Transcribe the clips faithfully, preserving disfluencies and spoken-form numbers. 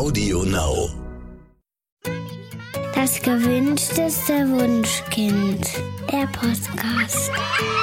Audio Now. Das gewünschteste Wunschkind. Der Podcast.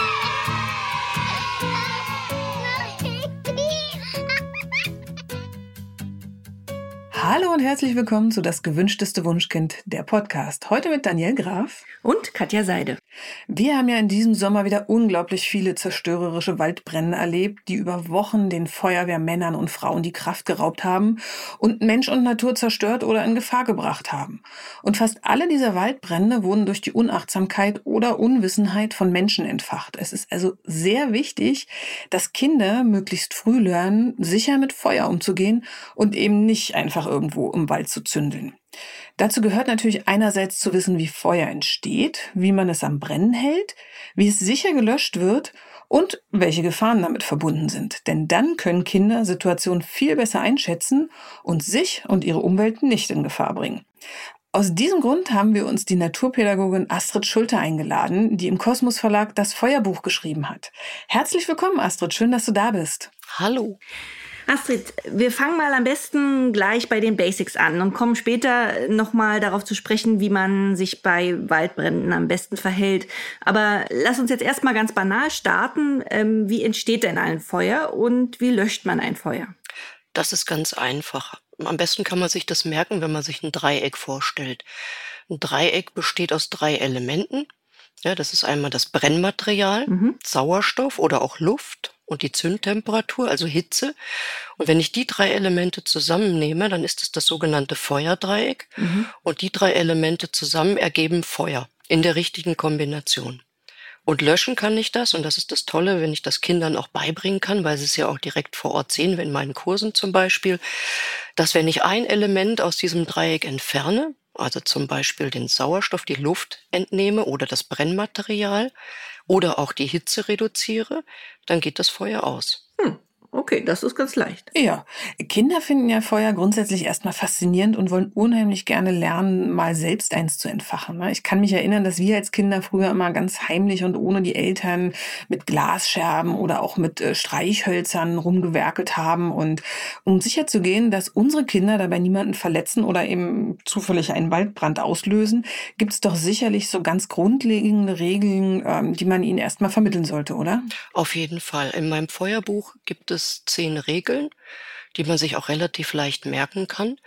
Hallo und herzlich willkommen zu Das gewünschteste Wunschkind, der Podcast. Heute mit Danielle Graf und Katja Seide. Wir haben ja in diesem Sommer wieder unglaublich viele zerstörerische Waldbrände erlebt, die über Wochen den Feuerwehrmännern und Frauen die Kraft geraubt haben und Mensch und Natur zerstört oder in Gefahr gebracht haben. Und fast alle dieser Waldbrände wurden durch die Unachtsamkeit oder Unwissenheit von Menschen entfacht. Es ist also sehr wichtig, dass Kinder möglichst früh lernen, sicher mit Feuer umzugehen und eben nicht einfach irgendwo im Wald zu zündeln. Dazu gehört natürlich einerseits zu wissen, wie Feuer entsteht, wie man es am Brennen hält, wie es sicher gelöscht wird und welche Gefahren damit verbunden sind. Denn dann können Kinder Situationen viel besser einschätzen und sich und ihre Umwelt nicht in Gefahr bringen. Aus diesem Grund haben wir uns die Naturpädagogin Astrid Schulte eingeladen, die im Kosmos Verlag das Feuerbuch geschrieben hat. Herzlich willkommen, Astrid. Schön, dass du da bist. Hallo. Astrid, wir fangen mal am besten gleich bei den Basics an und kommen später nochmal darauf zu sprechen, wie man sich bei Waldbränden am besten verhält. Aber lass uns jetzt erstmal ganz banal starten. Ähm, wie entsteht denn ein Feuer und wie löscht man ein Feuer? Das ist ganz einfach. Am besten kann man sich das merken, wenn man sich ein Dreieck vorstellt. Ein Dreieck besteht aus drei Elementen. Ja, das ist einmal das Brennmaterial, mhm. Sauerstoff oder auch Luft und die Zündtemperatur, also Hitze. Und wenn ich die drei Elemente zusammennehme, dann ist es das sogenannte Feuerdreieck. Mhm. Und die drei Elemente zusammen ergeben Feuer in der richtigen Kombination. Und löschen kann ich das, und das ist das Tolle, wenn ich das Kindern auch beibringen kann, weil sie es ja auch direkt vor Ort sehen, in meinen Kursen zum Beispiel, dass wenn ich ein Element aus diesem Dreieck entferne, also zum Beispiel den Sauerstoff, die Luft entnehme oder das Brennmaterial oder auch die Hitze reduziere, dann geht das Feuer aus. Hm. Okay, das ist ganz leicht. Ja, Kinder finden ja Feuer grundsätzlich erstmal faszinierend und wollen unheimlich gerne lernen, mal selbst eins zu entfachen. Ich kann mich erinnern, dass wir als Kinder früher immer ganz heimlich und ohne die Eltern mit Glasscherben oder auch mit Streichhölzern rumgewerkelt haben. Und um sicherzugehen, dass unsere Kinder dabei niemanden verletzen oder eben zufällig einen Waldbrand auslösen, gibt es doch sicherlich so ganz grundlegende Regeln, die man ihnen erstmal vermitteln sollte, oder? Auf jeden Fall. In meinem Feuerbuch gibt es zehn Regeln, die man sich auch relativ leicht merken kann.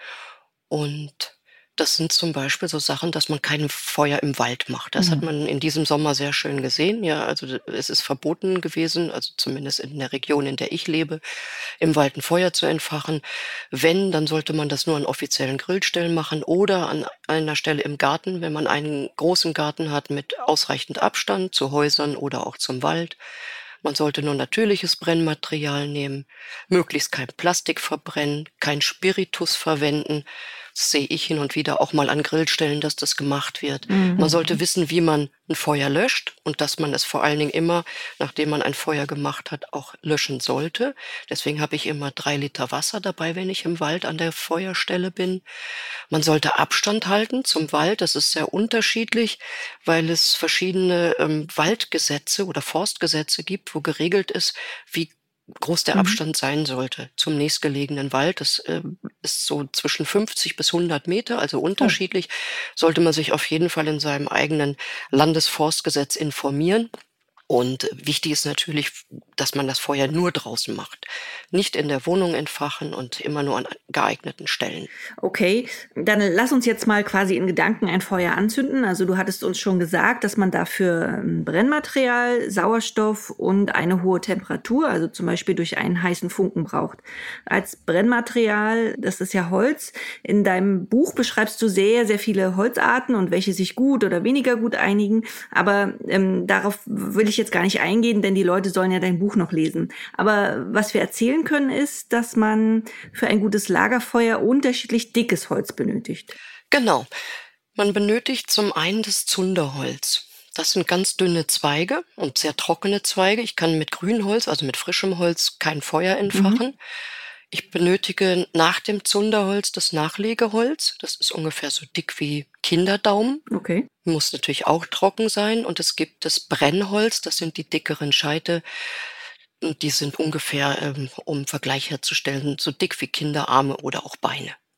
Und das sind zum Beispiel so Sachen, dass man kein Feuer im Wald macht. Das mhm. hat man in diesem Sommer sehr schön gesehen. Ja, also es ist verboten gewesen, also zumindest in der Region, in der ich lebe, im Wald ein Feuer zu entfachen. Wenn, dann sollte man das nur an offiziellen Grillstellen machen oder an einer Stelle im Garten, wenn man einen großen Garten hat mit ausreichend Abstand zu Häusern oder auch zum Wald. Man sollte nur natürliches Brennmaterial nehmen, möglichst kein Plastik verbrennen, kein Spiritus verwenden. Das sehe ich hin und wieder auch mal an Grillstellen, dass das gemacht wird. Mhm. Man sollte wissen, wie man ein Feuer löscht und dass man es vor allen Dingen immer, nachdem man ein Feuer gemacht hat, auch löschen sollte. Deswegen habe ich immer drei Liter Wasser dabei, wenn ich im Wald an der Feuerstelle bin. Man sollte Abstand halten zum Wald. Das ist sehr unterschiedlich, weil es verschiedene ähm, Waldgesetze oder Forstgesetze gibt, wo geregelt ist, wie groß der Abstand sein sollte zum nächstgelegenen Wald. Das äh, ist so zwischen fünfzig bis hundert Meter, also unterschiedlich. Oh. Sollte man sich auf jeden Fall in seinem eigenen Landesforstgesetz informieren. Und wichtig ist natürlich, dass man das Feuer nur draußen macht. Nicht in der Wohnung entfachen und immer nur an geeigneten Stellen. Okay, dann lass uns jetzt mal quasi in Gedanken ein Feuer anzünden. Also du hattest uns schon gesagt, dass man dafür Brennmaterial, Sauerstoff und eine hohe Temperatur, also zum Beispiel durch einen heißen Funken braucht. Als Brennmaterial, das ist ja Holz. In deinem Buch beschreibst du sehr, sehr viele Holzarten und welche sich gut oder weniger gut einigen. Aber ähm, darauf will ich jetzt gar nicht eingehen, denn die Leute sollen ja dein Buch noch lesen. Aber was wir erzählen können, ist, dass man für ein gutes Lagerfeuer unterschiedlich dickes Holz benötigt. Genau. Man benötigt zum einen das Zunderholz. Das sind ganz dünne Zweige und sehr trockene Zweige. Ich kann mit Grünholz, also mit frischem Holz, kein Feuer entfachen. Mhm. Ich benötige nach dem Zunderholz das Nachlegeholz. Das ist ungefähr so dick wie Kinderdaumen. Okay. Muss natürlich auch trocken sein. Und es gibt das Brennholz, das sind die dickeren Scheite. Und die sind ungefähr, ähm, um Vergleich herzustellen, so dick wie Kinderarme oder auch Beine.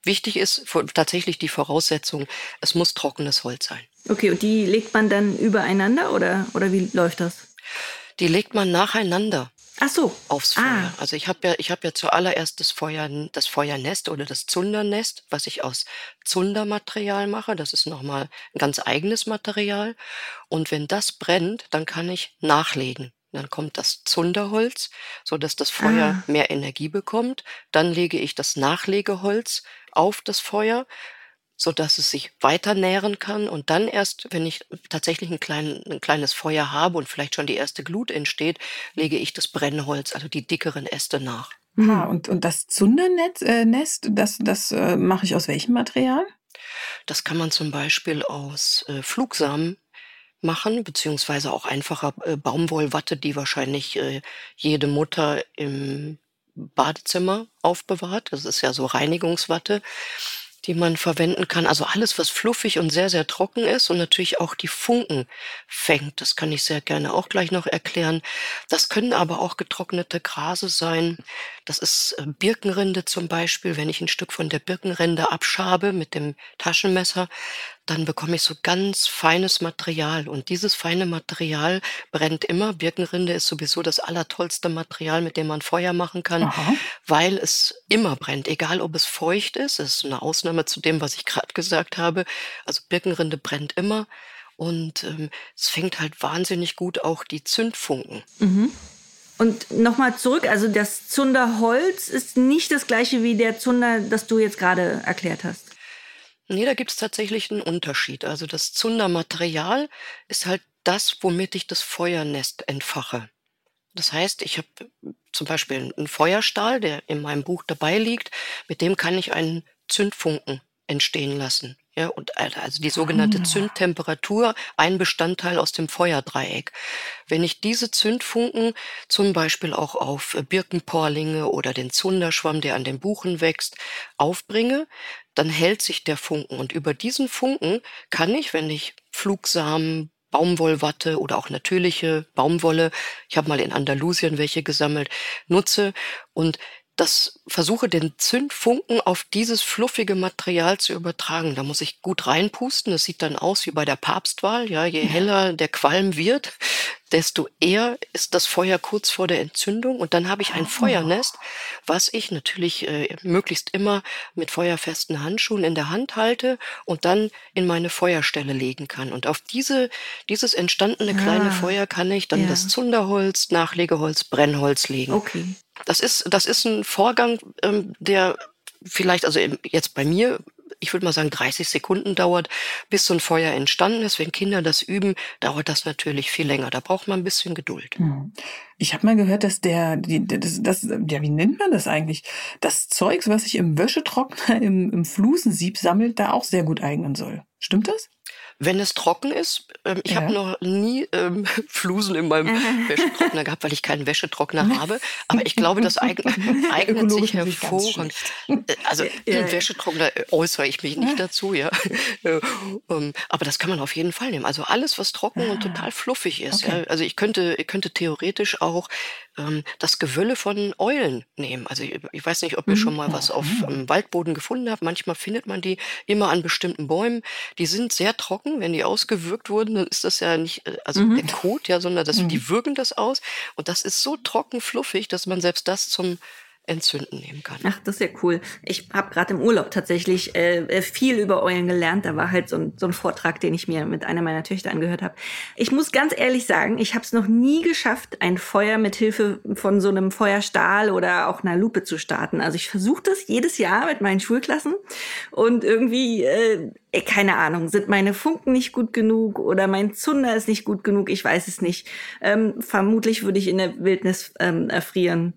Wichtig ist tatsächlich die Voraussetzung, es muss trockenes Holz sein. Okay, und die legt man dann übereinander oder, oder wie läuft das? Die legt man nacheinander. Ach so. Aufs Feuer. Ah. Also ich habe ja, ich habe ja zuallererst das Feuer, das Feuernest oder das Zundernest, was ich aus Zundermaterial mache. Das ist nochmal ein ganz eigenes Material. Und wenn das brennt, dann kann ich nachlegen. Dann kommt das Zunderholz, so dass das Feuer Ah. mehr Energie bekommt. Dann lege ich das Nachlegeholz auf das Feuer, so dass es sich weiter nähren kann. Und dann erst, wenn ich tatsächlich ein, klein, ein kleines Feuer habe und vielleicht schon die erste Glut entsteht, lege ich das Brennholz, also die dickeren Äste nach. Ah, und, und das Zundernest, äh, Nest, das, das äh, mache ich aus welchem Material? Das kann man zum Beispiel aus äh, Flugsamen machen, beziehungsweise auch einfacher äh, Baumwollwatte, die wahrscheinlich äh, jede Mutter im Badezimmer aufbewahrt. Das ist ja so Reinigungswatte, die man verwenden kann. Also alles, was fluffig und sehr, sehr trocken ist und natürlich auch die Funken fängt. Das kann ich sehr gerne auch gleich noch erklären. Das können aber auch getrocknete Grase sein. Das ist äh, Birkenrinde zum Beispiel. Wenn ich ein Stück von der Birkenrinde abschabe mit dem Taschenmesser, dann bekomme ich so ganz feines Material. Und dieses feine Material brennt immer. Birkenrinde ist sowieso das allertollste Material, mit dem man Feuer machen kann, Aha. weil es immer brennt, egal ob es feucht ist. Das ist eine Ausnahme zu dem, was ich gerade gesagt habe. Also Birkenrinde brennt immer. Und ähm, es fängt halt wahnsinnig gut auch die Zündfunken. Mhm. Und nochmal zurück, also das Zunderholz ist nicht das gleiche wie der Zunder, das du jetzt gerade erklärt hast. Nee, da gibt's tatsächlich einen Unterschied. Also das Zundermaterial ist halt das, womit ich das Feuernest entfache. Das heißt, ich habe zum Beispiel einen Feuerstahl, der in meinem Buch dabei liegt, mit dem kann ich einen Zündfunken entstehen lassen. Ja, und also die sogenannte Ah. Zündtemperatur, ein Bestandteil aus dem Feuerdreieck. Wenn ich diese Zündfunken zum Beispiel auch auf äh, Birkenporlinge oder den Zunderschwamm, der an den Buchen wächst, aufbringe, dann hält sich der Funken. Und über diesen Funken kann ich, wenn ich Flugsamen, Baumwollwatte oder auch natürliche Baumwolle, ich habe mal in Andalusien welche gesammelt, nutze und das versuche, den Zündfunken auf dieses fluffige Material zu übertragen. Da muss ich gut reinpusten. Das sieht dann aus wie bei der Papstwahl. Ja, je heller der Qualm wird, desto eher ist das Feuer kurz vor der Entzündung. Und dann habe ich ein Feuernest, was ich natürlich äh, möglichst immer mit feuerfesten Handschuhen in der Hand halte und dann in meine Feuerstelle legen kann. Und auf diese, dieses entstandene kleine Ah, Feuer kann ich dann ja. das Zunderholz, Nachlegeholz, Brennholz legen. Okay. Das ist, das ist ein Vorgang, ähm, der vielleicht, also im- jetzt bei mir, ich würde mal sagen, dreißig Sekunden dauert, bis so ein Feuer entstanden ist. Wenn Kinder das üben, dauert das natürlich viel länger. Da braucht man ein bisschen Geduld. Hm. Ich habe mal gehört, dass der, die, das, das, ja, wie nennt man das eigentlich? Das Zeugs, was sich im Wäschetrockner, im, im Flusensieb sammelt, da auch sehr gut eignen soll. Stimmt das? Wenn es trocken ist, ähm, ich Ja. habe noch nie ähm, Flusen in meinem Wäschetrockner gehabt, weil ich keinen Wäschetrockner habe. Aber ich glaube, das eig eignet Ökologisch sich natürlich ganz hervorragend. Äh, Also Ja, im ja. Wäschetrockner äh, äußere ich mich nicht dazu, ja. Äh, ähm, Aber das kann man auf jeden Fall nehmen. Also alles, was trocken und total fluffig ist. Okay. Ja. Also ich könnte, ich könnte theoretisch auch ähm, das Gewölle von Eulen nehmen. Also ich, ich weiß nicht, ob ihr schon mal was auf dem Waldboden gefunden habt. Manchmal findet man die immer an bestimmten Bäumen. Die sind sehr trocken. Wenn die ausgewürgt wurden, dann ist das ja nicht, äh, also der Kot, ja, sondern das, die würgen das aus. Und das ist so trocken, fluffig, dass man selbst das zum Entzünden nehmen kann. Ach, das ist ja cool. Ich habe gerade im Urlaub tatsächlich äh, viel über Eulen gelernt. Da war halt so ein, so ein Vortrag, den ich mir mit einer meiner Töchter angehört habe. Ich muss ganz ehrlich sagen, ich habe es noch nie geschafft, ein Feuer mit Hilfe von so einem Feuerstahl oder auch einer Lupe zu starten. Also ich versuche das jedes Jahr mit meinen Schulklassen und irgendwie, äh, keine Ahnung, sind meine Funken nicht gut genug oder mein Zunder ist nicht gut genug. Ich weiß es nicht. Ähm, vermutlich würde ich in der Wildnis ähm, erfrieren.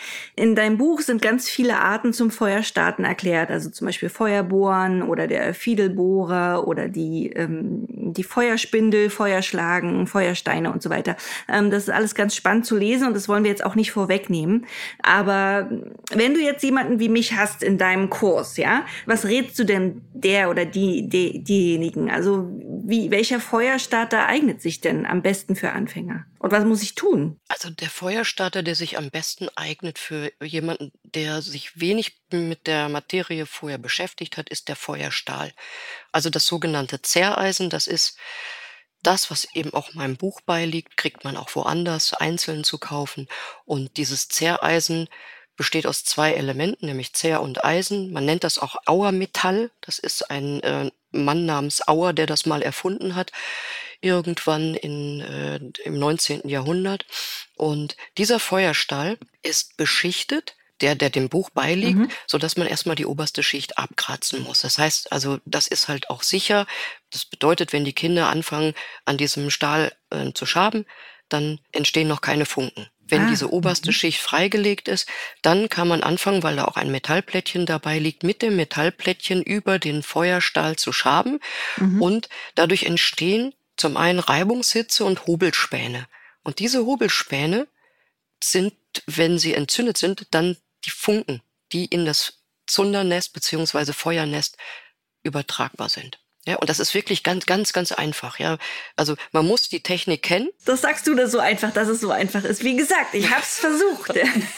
In deinem Buch sind ganz viele Arten zum Feuerstarten erklärt, also zum Beispiel Feuerbohren oder der Fiedelbohrer oder die, ähm, die Feuerspindel, Feuerschlagen, Feuersteine und so weiter. Ähm, das ist alles ganz spannend zu lesen und das wollen wir jetzt auch nicht vorwegnehmen. Aber wenn du jetzt jemanden wie mich hast in deinem Kurs, ja, was rätst du denn der oder die, die diejenigen? Also wie, welcher Feuerstarter eignet sich denn am besten für Anfänger? Und was muss ich tun? Also der Feuerstarter, der sich am besten eignet für jemanden, der sich wenig mit der Materie vorher beschäftigt hat, ist der Feuerstahl. Also das sogenannte Zerreisen, das ist das, was eben auch meinem Buch beiliegt, kriegt man auch woanders einzeln zu kaufen. Und dieses Zerreisen besteht aus zwei Elementen, nämlich Zer und Eisen. Man nennt das auch Auermetall. Das ist ein äh, Mann namens Auer, der das mal erfunden hat, irgendwann in, äh, im neunzehnten Jahrhundert. Und dieser Feuerstahl ist beschichtet, der, der dem Buch beiliegt, Mhm. so dass man erstmal die oberste Schicht abkratzen muss. Das heißt also, das ist halt auch sicher. Das bedeutet, wenn die Kinder anfangen, an diesem Stahl äh, zu schaben, dann entstehen noch keine Funken. Wenn Ah, diese oberste mhm. Schicht freigelegt ist, dann kann man anfangen, weil da auch ein Metallplättchen dabei liegt, mit dem Metallplättchen über den Feuerstahl zu schaben. Mhm. Und dadurch entstehen zum einen Reibungshitze und Hobelspäne. Und diese Hobelspäne sind, wenn sie entzündet sind, dann die Funken, die in das Zundernest beziehungsweise Feuernest übertragbar sind. Ja, und das ist wirklich ganz, ganz, ganz einfach. Ja, also man muss die Technik kennen. Das sagst du das so einfach, dass es so einfach ist. Wie gesagt, ich habe es versucht.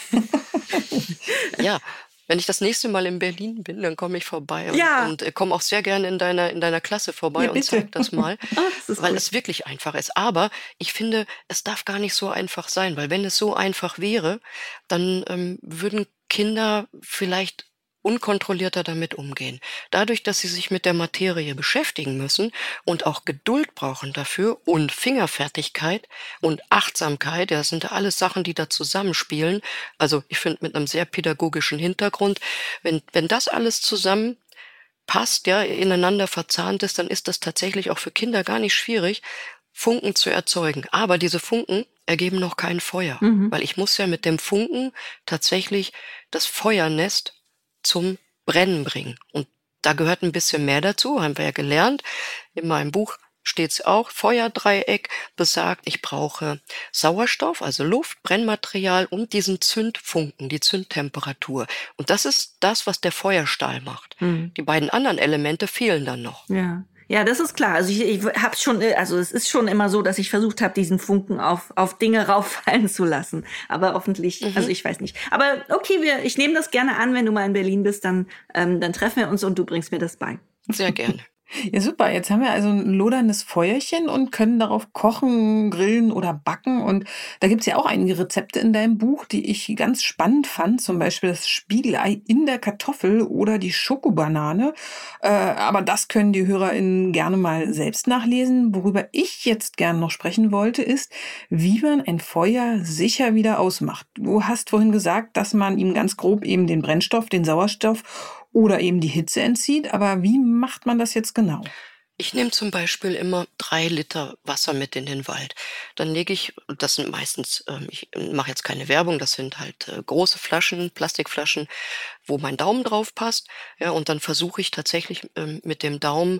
Ja, wenn ich das nächste Mal in Berlin bin, dann komme ich vorbei und, Ja. und äh, komme auch sehr gerne in deiner, in deiner Klasse vorbei Ja, und bitte. zeig das mal, Ah, das ist weil gut. es wirklich einfach ist. Aber ich finde, es darf gar nicht so einfach sein, weil wenn es so einfach wäre, dann ähm, würden Kinder vielleicht unkontrollierter damit umgehen. Dadurch, dass sie sich mit der Materie beschäftigen müssen und auch Geduld brauchen dafür und Fingerfertigkeit und Achtsamkeit, ja, das sind ja alles Sachen, die da zusammenspielen. Also ich finde mit einem sehr pädagogischen Hintergrund, wenn, wenn das alles zusammen passt, ja, ineinander verzahnt ist, dann ist das tatsächlich auch für Kinder gar nicht schwierig, Funken zu erzeugen. Aber diese Funken ergeben noch kein Feuer, Mhm. weil ich muss ja mit dem Funken tatsächlich das Feuernest zum Brennen bringen. Und da gehört ein bisschen mehr dazu, haben wir ja gelernt. In meinem Buch steht es auch, Feuerdreieck besagt, ich brauche Sauerstoff, also Luft, Brennmaterial und diesen Zündfunken, die Zündtemperatur. Und das ist das, was der Feuerstahl macht. Mhm. Die beiden anderen Elemente fehlen dann noch. Ja. Ja, das ist klar. Also ich, ich habe schon, also es ist schon immer so, dass ich versucht habe, diesen Funken auf, auf Dinge rauffallen zu lassen. Aber hoffentlich, Mhm. also ich weiß nicht. Aber okay, wir, ich nehme das gerne an, wenn du mal in Berlin bist, dann, ähm, dann treffen wir uns und du bringst mir das bei. Sehr gerne. Ja, super. Jetzt haben wir also ein loderndes Feuerchen und können darauf kochen, grillen oder backen. Und da gibt's ja auch einige Rezepte in deinem Buch, die ich ganz spannend fand. Zum Beispiel das Spiegelei in der Kartoffel oder die Schokobanane. Äh, aber das können die HörerInnen gerne mal selbst nachlesen. Worüber ich jetzt gerne noch sprechen wollte, ist, wie man ein Feuer sicher wieder ausmacht. Du hast vorhin gesagt, dass man ihm ganz grob eben den Brennstoff, den Sauerstoff oder eben die Hitze entzieht. Aber wie macht man das jetzt genau? Ich nehme zum Beispiel immer drei Liter Wasser mit in den Wald. Dann lege ich, das sind meistens, ähm, ich mache jetzt keine Werbung, das sind halt äh, große Flaschen, Plastikflaschen, wo mein Daumen drauf passt. Ja, und dann versuche ich tatsächlich ähm, mit dem Daumen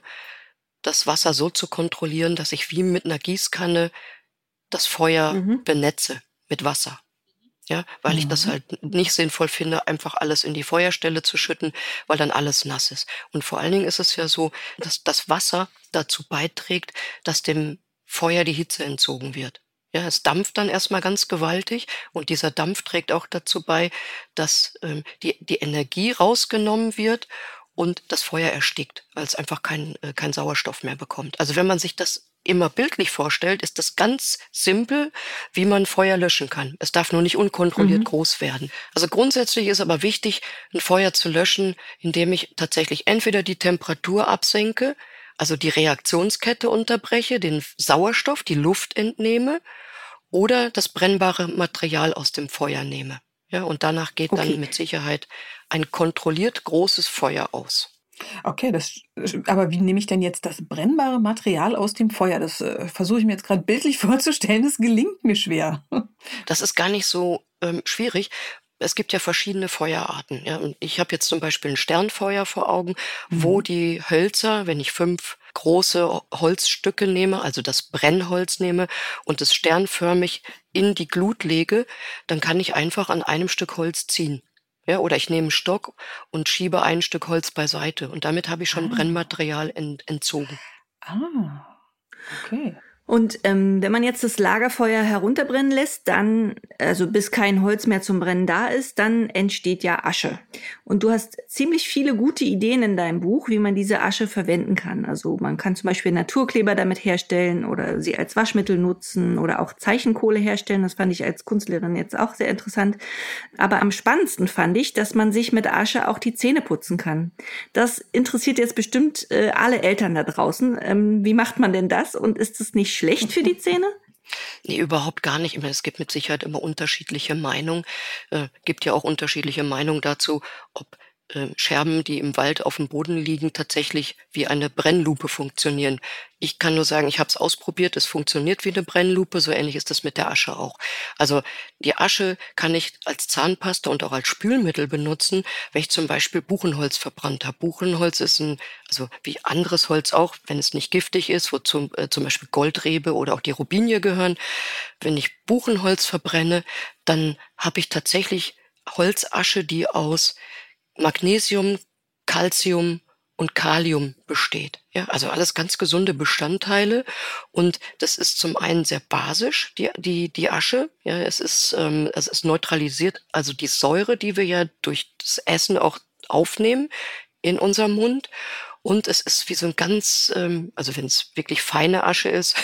das Wasser so zu kontrollieren, dass ich wie mit einer Gießkanne das Feuer Mhm. benetze mit Wasser. Ja, weil ich das Mhm. halt nicht sinnvoll finde, einfach alles in die Feuerstelle zu schütten, weil dann alles nass ist. Und vor allen Dingen ist es ja so, dass das Wasser dazu beiträgt, dass dem Feuer die Hitze entzogen wird. Ja, es dampft dann erstmal ganz gewaltig und dieser Dampf trägt auch dazu bei, dass ähm, die, die Energie rausgenommen wird und das Feuer erstickt, weil es einfach kein, äh, kein Sauerstoff mehr bekommt. Also wenn man sich das immer bildlich vorstellt, ist das ganz simpel, wie man Feuer löschen kann. Es darf nur nicht unkontrolliert Mhm. groß werden. Also grundsätzlich ist aber wichtig, ein Feuer zu löschen, indem ich tatsächlich entweder die Temperatur absenke, also die Reaktionskette unterbreche, den Sauerstoff, die Luft entnehme oder das brennbare Material aus dem Feuer nehme. Ja, und danach geht Okay. dann mit Sicherheit ein kontrolliert großes Feuer aus. Okay, das, aber wie nehme ich denn jetzt das brennbare Material aus dem Feuer? Das äh, versuche ich mir jetzt gerade bildlich vorzustellen. Das gelingt mir schwer. Das ist gar nicht so ähm, schwierig. Es gibt ja verschiedene Feuerarten. Ja? Und ich habe jetzt zum Beispiel ein Sternfeuer vor Augen, wo Mhm. die Hölzer, wenn ich fünf große Holzstücke nehme, also das Brennholz nehme und es sternförmig in die Glut lege, dann kann ich einfach an einem Stück Holz ziehen. Ja, oder ich nehme einen Stock und schiebe ein Stück Holz beiseite und damit habe ich schon Ah. Brennmaterial ent, entzogen. Ah, okay. Und ähm, wenn man jetzt das Lagerfeuer herunterbrennen lässt, dann, also bis kein Holz mehr zum Brennen da ist, dann entsteht ja Asche. Und du hast ziemlich viele gute Ideen in deinem Buch, wie man diese Asche verwenden kann. Also man kann zum Beispiel Naturkleber damit herstellen oder sie als Waschmittel nutzen oder auch Zeichenkohle herstellen. Das fand ich als Kunstlehrerin jetzt auch sehr interessant. Aber am spannendsten fand ich, dass man sich mit Asche auch die Zähne putzen kann. Das interessiert jetzt bestimmt äh, alle Eltern da draußen. Ähm, wie macht man denn das? Und ist es nicht schlecht für die Zähne? Nee, überhaupt gar nicht. Ich meine, es gibt mit Sicherheit immer unterschiedliche Meinungen. Äh, gibt ja auch unterschiedliche Meinungen dazu, ob äh, Scherben, die im Wald auf dem Boden liegen, tatsächlich wie eine Brennlupe funktionieren. Ich kann nur sagen, ich habe es ausprobiert, es funktioniert wie eine Brennlupe, so ähnlich ist das mit der Asche auch. Also die Asche kann ich als Zahnpasta und auch als Spülmittel benutzen, wenn ich zum Beispiel Buchenholz verbrannt habe. Buchenholz ist ein, also wie anderes Holz auch, wenn es nicht giftig ist, wozu äh, zum Beispiel Goldrebe oder auch die Robinie gehören. Wenn ich Buchenholz verbrenne, dann habe ich tatsächlich Holzasche, die aus Magnesium, Calcium und Kalium besteht. Ja, also alles ganz gesunde Bestandteile. Und das ist zum einen sehr basisch, die, die, die Asche. Ja, es ist, ähm, es ist neutralisiert, also die Säure, die wir ja durch das Essen auch aufnehmen in unserem Mund. Und es ist wie so ein ganz, ähm, also wenn es wirklich feine Asche ist,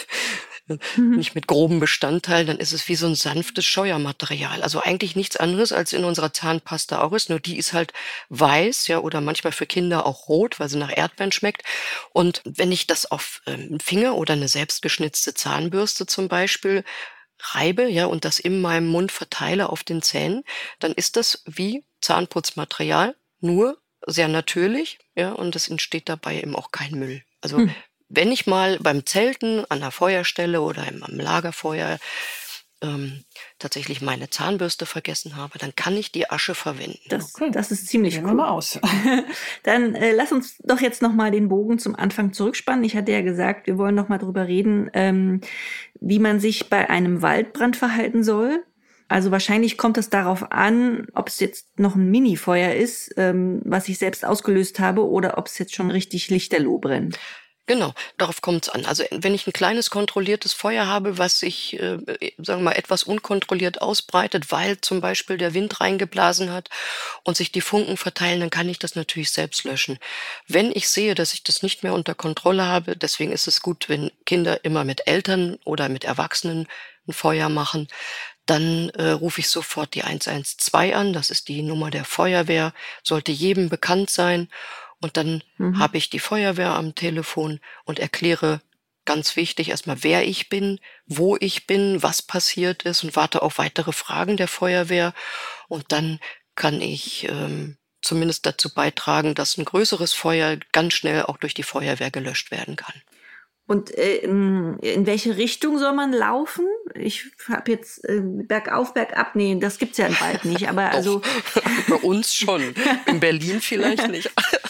nicht mit groben Bestandteilen, dann ist es wie so ein sanftes Scheuermaterial. Also eigentlich nichts anderes, als in unserer Zahnpasta auch ist, nur die ist halt weiß, ja, oder manchmal für Kinder auch rot, weil sie nach Erdbeeren schmeckt. Und wenn ich das auf ähm, einen Finger oder eine selbstgeschnitzte Zahnbürste zum Beispiel reibe, ja, und das in meinem Mund verteile auf den Zähnen, dann ist das wie Zahnputzmaterial, nur sehr natürlich, ja, und es entsteht dabei eben auch kein Müll. Also hm. Wenn ich mal beim Zelten an der Feuerstelle oder im, am Lagerfeuer ähm, tatsächlich meine Zahnbürste vergessen habe, dann kann ich die Asche verwenden. Das, okay. das ist ziemlich Gehen cool. wir mal aus. Dann äh, lass uns doch jetzt noch mal den Bogen zum Anfang zurückspannen. Ich hatte ja gesagt, wir wollen noch mal drüber reden, ähm, wie man sich bei einem Waldbrand verhalten soll. Also wahrscheinlich kommt es darauf an, ob es jetzt noch ein Mini-Feuer ist, ähm, was ich selbst ausgelöst habe, oder ob es jetzt schon richtig lichterloh brennt. Genau, darauf kommt es an. Also wenn ich ein kleines kontrolliertes Feuer habe, was sich, äh, sagen wir mal, etwas unkontrolliert ausbreitet, weil zum Beispiel der Wind reingeblasen hat und sich die Funken verteilen, dann kann ich das natürlich selbst löschen. Wenn ich sehe, dass ich das nicht mehr unter Kontrolle habe, deswegen ist es gut, wenn Kinder immer mit Eltern oder mit Erwachsenen ein Feuer machen, dann äh, rufe ich sofort die eins eins zwei an. Das ist die Nummer der Feuerwehr, sollte jedem bekannt sein. Und dann mhm. habe ich die Feuerwehr am Telefon und erkläre ganz wichtig erstmal, wer ich bin, wo ich bin, was passiert ist und warte auf weitere Fragen der Feuerwehr. Und dann kann ich ähm, zumindest dazu beitragen, dass ein größeres Feuer ganz schnell auch durch die Feuerwehr gelöscht werden kann. Und äh, in, in welche Richtung soll man laufen? Ich habe jetzt äh, bergauf, bergab, nee, das gibt's ja im Wald nicht, aber also... Bei uns schon, in Berlin vielleicht nicht.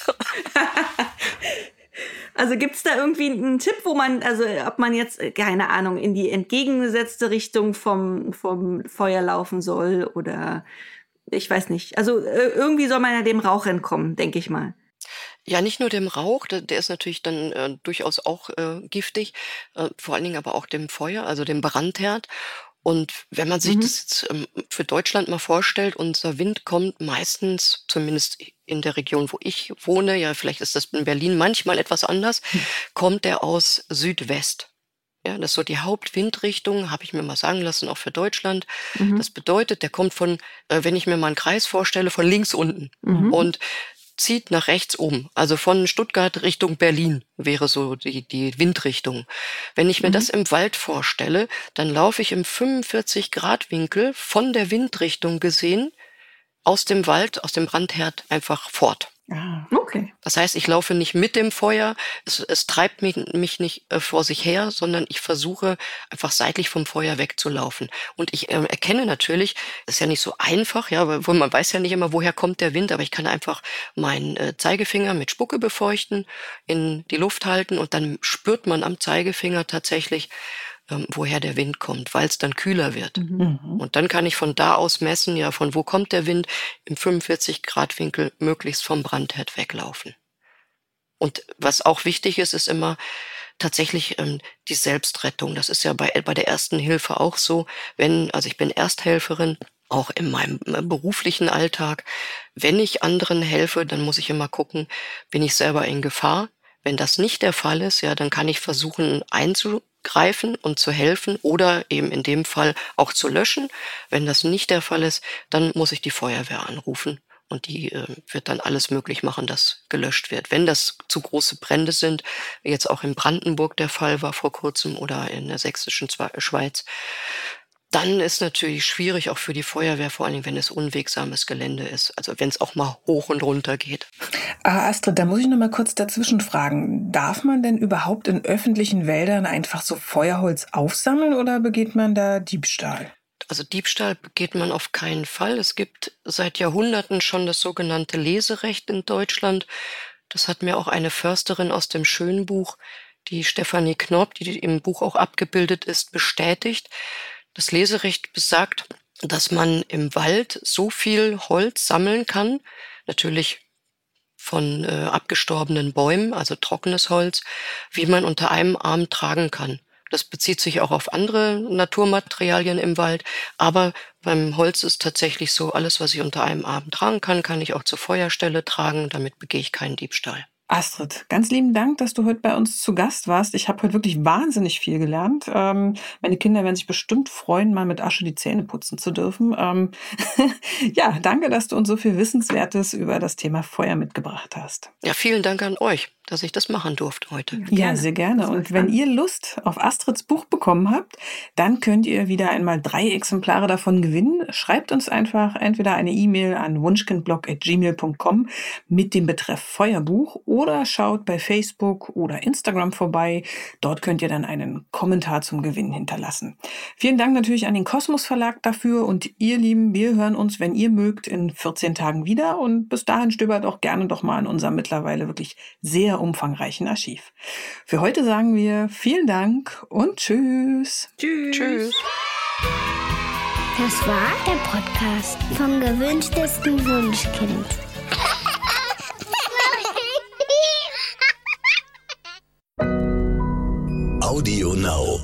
Also gibt's da irgendwie einen Tipp, wo man, also ob man jetzt, keine Ahnung, in die entgegengesetzte Richtung vom, vom Feuer laufen soll oder ich weiß nicht. Also äh, irgendwie soll man ja dem Rauch entkommen, denke ich mal. Ja, nicht nur dem Rauch, der, der ist natürlich dann äh, durchaus auch äh, giftig, äh, vor allen Dingen aber auch dem Feuer, also dem Brandherd. Und wenn man sich mhm. das jetzt ähm, für Deutschland mal vorstellt, unser Wind kommt meistens, zumindest in der Region, wo ich wohne, ja, vielleicht ist das in Berlin manchmal etwas anders, mhm. kommt der aus Südwest. Ja, das ist so die Hauptwindrichtung, habe ich mir mal sagen lassen, auch für Deutschland. Mhm. Das bedeutet, der kommt von, äh, wenn ich mir mal einen Kreis vorstelle, von links unten. Mhm. Und zieht nach rechts um. Also von Stuttgart Richtung Berlin wäre so die, die Windrichtung. Wenn ich mir mhm. das im Wald vorstelle, dann laufe ich im fünfundvierzig Grad Winkel von der Windrichtung gesehen aus dem Wald, aus dem Brandherd einfach fort. Ah, okay. Das heißt, ich laufe nicht mit dem Feuer, es, es treibt mich, mich nicht äh, vor sich her, sondern ich versuche einfach seitlich vom Feuer wegzulaufen. Und ich äh, erkenne natürlich, das ist ja nicht so einfach, ja, weil man weiß ja nicht immer, woher kommt der Wind, aber ich kann einfach meinen äh, Zeigefinger mit Spucke befeuchten, in die Luft halten und dann spürt man am Zeigefinger tatsächlich, ähm, woher der Wind kommt, weil es dann kühler wird. Mhm. Und dann kann ich von da aus messen, ja, von wo kommt der Wind, im fünfundvierzig Grad Winkel möglichst vom Brandherd weglaufen. Und was auch wichtig ist, ist immer, tatsächlich ähm, die Selbstrettung. Das ist ja bei, bei der Ersten Hilfe auch so. Wenn, also ich bin Ersthelferin, auch in meinem äh, beruflichen Alltag. Wenn ich anderen helfe, dann muss ich immer gucken, bin ich selber in Gefahr? Wenn das nicht der Fall ist, ja, dann kann ich versuchen einzugreifen und zu helfen oder eben in dem Fall auch zu löschen. Wenn das nicht der Fall ist, dann muss ich die Feuerwehr anrufen. Und die äh, wird dann alles möglich machen, dass gelöscht wird. Wenn das zu große Brände sind, wie jetzt auch in Brandenburg der Fall war vor kurzem oder in der sächsischen Zwe- Schweiz, dann ist natürlich schwierig auch für die Feuerwehr, vor allem wenn es unwegsames Gelände ist. Also wenn es auch mal hoch und runter geht. Ah, Astrid, da muss ich noch mal kurz dazwischen fragen. Darf man denn überhaupt in öffentlichen Wäldern einfach so Feuerholz aufsammeln oder begeht man da Diebstahl? Also Diebstahl begeht man auf keinen Fall. Es gibt seit Jahrhunderten schon das sogenannte Leserecht in Deutschland. Das hat mir auch eine Försterin aus dem Schönbuch, die Stefanie Knopp, die im Buch auch abgebildet ist, bestätigt. Das Leserecht besagt, dass man im Wald so viel Holz sammeln kann, natürlich von äh, abgestorbenen Bäumen, also trockenes Holz, wie man unter einem Arm tragen kann. Das bezieht sich auch auf andere Naturmaterialien im Wald, aber beim Holz ist tatsächlich so, alles, was ich unter einem Arm tragen kann, kann ich auch zur Feuerstelle tragen, damit begehe ich keinen Diebstahl. Astrid, ganz lieben Dank, dass du heute bei uns zu Gast warst. Ich habe heute wirklich wahnsinnig viel gelernt. Ähm, meine Kinder werden sich bestimmt freuen, mal mit Asche die Zähne putzen zu dürfen. Ähm, ja, danke, dass du uns so viel Wissenswertes über das Thema Feuer mitgebracht hast. Ja, vielen Dank an euch, dass ich das machen durfte heute. Ja, gerne. Sehr gerne. Und wenn ihr Lust auf Astrids Buch bekommen habt, dann könnt ihr wieder einmal drei Exemplare davon gewinnen. Schreibt uns einfach entweder eine E-Mail an wunschkindblog at gmail punkt com mit dem Betreff Feuerbuch oder schaut bei Facebook oder Instagram vorbei. Dort könnt ihr dann einen Kommentar zum Gewinn hinterlassen. Vielen Dank natürlich an den Kosmos Verlag dafür und ihr Lieben, wir hören uns, wenn ihr mögt, in vierzehn Tagen wieder und bis dahin stöbert auch gerne doch mal in unserem mittlerweile wirklich sehr umfangreichen Archiv. Für heute sagen wir vielen Dank und tschüss. Tschüss. Tschüss. Das war der Podcast vom gewünschtesten Wunschkind. Audio Now.